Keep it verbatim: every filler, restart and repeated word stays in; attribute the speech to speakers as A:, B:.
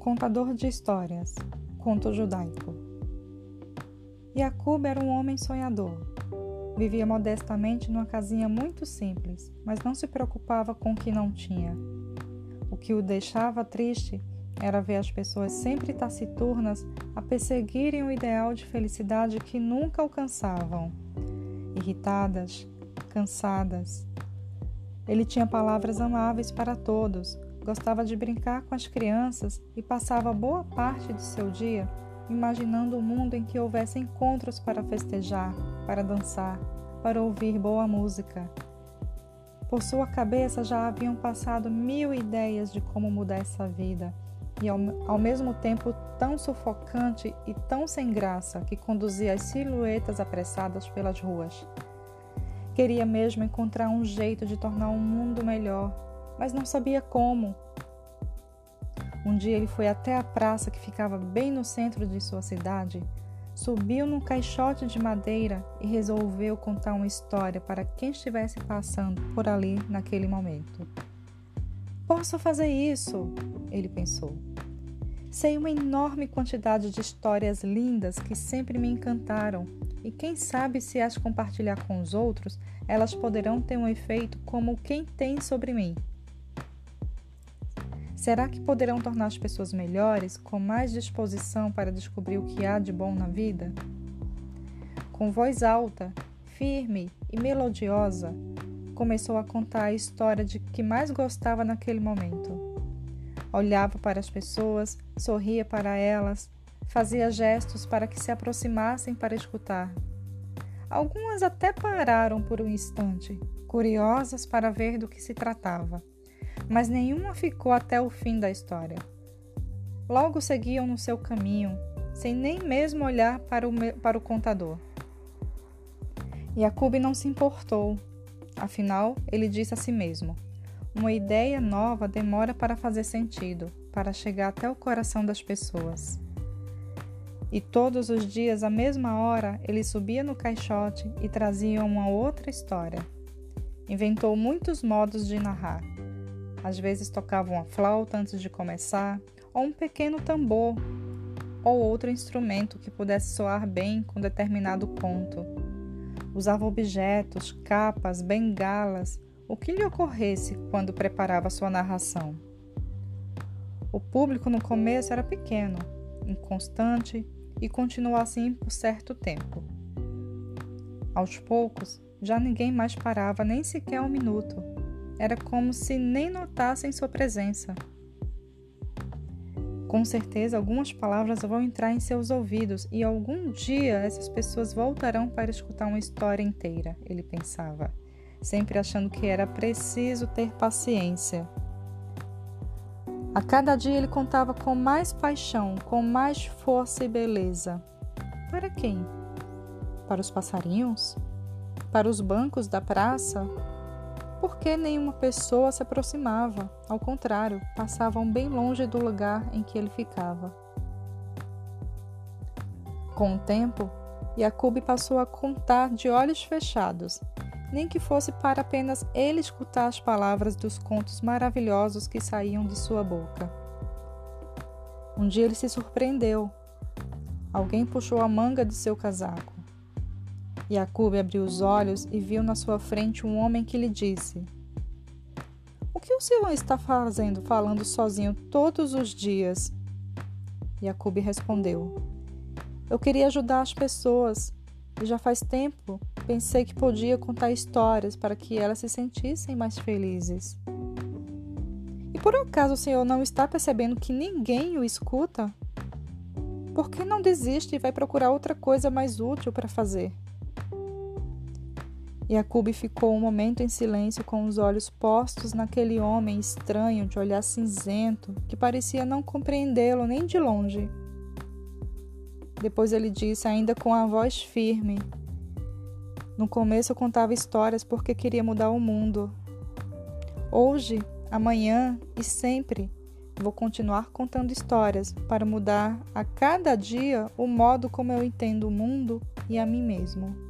A: contador de histórias, conto judaico. Iacob era um homem sonhador. Vivia modestamente numa casinha muito simples, mas não se preocupava com o que não tinha. O que o deixava triste era ver as pessoas sempre taciturnas a perseguirem o ideal de felicidade que nunca alcançavam. Irritadas, cansadas. Ele tinha palavras amáveis para todos, gostava de brincar com as crianças e passava boa parte de seu dia imaginando um mundo em que houvesse encontros para festejar, para dançar, para ouvir boa música. Por sua cabeça já haviam passado mil ideias de como mudar essa vida, e ao, ao mesmo tempo tão sufocante e tão sem graça que conduzia as silhuetas apressadas pelas ruas. Queria mesmo encontrar um jeito de tornar o mundo melhor, mas não sabia como. Um dia ele foi até a praça que ficava bem no centro de sua cidade, subiu num caixote de madeira e resolveu contar uma história para quem estivesse passando por ali naquele momento. Posso fazer isso, ele pensou. Sei uma enorme quantidade de histórias lindas que sempre me encantaram, e quem sabe se as compartilhar com os outros, elas poderão ter um efeito como quem tem sobre mim. Será que poderão tornar as pessoas melhores, com mais disposição para descobrir o que há de bom na vida? Com voz alta, firme e melodiosa, começou a contar a história de que mais gostava naquele momento. Olhava para as pessoas, sorria para elas, fazia gestos para que se aproximassem para escutar. Algumas até pararam por um instante, curiosas para ver do que se tratava, mas nenhuma ficou até o fim da história. Logo seguiam no seu caminho, sem nem mesmo olhar para o, para o contador. Iacob não se importou. Afinal, ele disse a si mesmo: uma ideia nova demora para fazer sentido, para chegar até o coração das pessoas. E todos os dias, à mesma hora, ele subia no caixote e trazia uma outra história. Inventou muitos modos de narrar. Às vezes tocava uma flauta antes de começar, ou um pequeno tambor, ou outro instrumento que pudesse soar bem com determinado conto. Usava objetos, capas, bengalas, o que lhe ocorresse quando preparava sua narração. O público no começo era pequeno, inconstante e continuou assim por certo tempo. Aos poucos, já ninguém mais parava nem sequer um minuto. Era como se nem notassem sua presença. Com certeza, algumas palavras vão entrar em seus ouvidos e algum dia essas pessoas voltarão para escutar uma história inteira, ele pensava, sempre achando que era preciso ter paciência. A cada dia ele contava com mais paixão, com mais força e beleza. Para quem? Para os passarinhos? Para os bancos da praça? Porque nenhuma pessoa se aproximava, ao contrário, passavam bem longe do lugar em que ele ficava. Com o tempo, Iacob passou a contar de olhos fechados, nem que fosse para apenas ele escutar as palavras dos contos maravilhosos que saíam de sua boca. Um dia ele se surpreendeu. Alguém puxou a manga de seu casaco. Iacob abriu os olhos e viu na sua frente um homem que lhe disse: "O que o senhor está fazendo falando sozinho todos os dias?" Iacob respondeu: "Eu queria ajudar as pessoas e já faz tempo pensei que podia contar histórias para que elas se sentissem mais felizes." "E por acaso o senhor não está percebendo que ninguém o escuta? Por que não desiste e vai procurar outra coisa mais útil para fazer?" Iacob ficou um momento em silêncio com os olhos postos naquele homem estranho de olhar cinzento que parecia não compreendê-lo nem de longe. Depois ele disse, ainda com a voz firme: "No começo eu contava histórias porque queria mudar o mundo. Hoje, amanhã e sempre vou continuar contando histórias para mudar a cada dia o modo como eu entendo o mundo e a mim mesmo."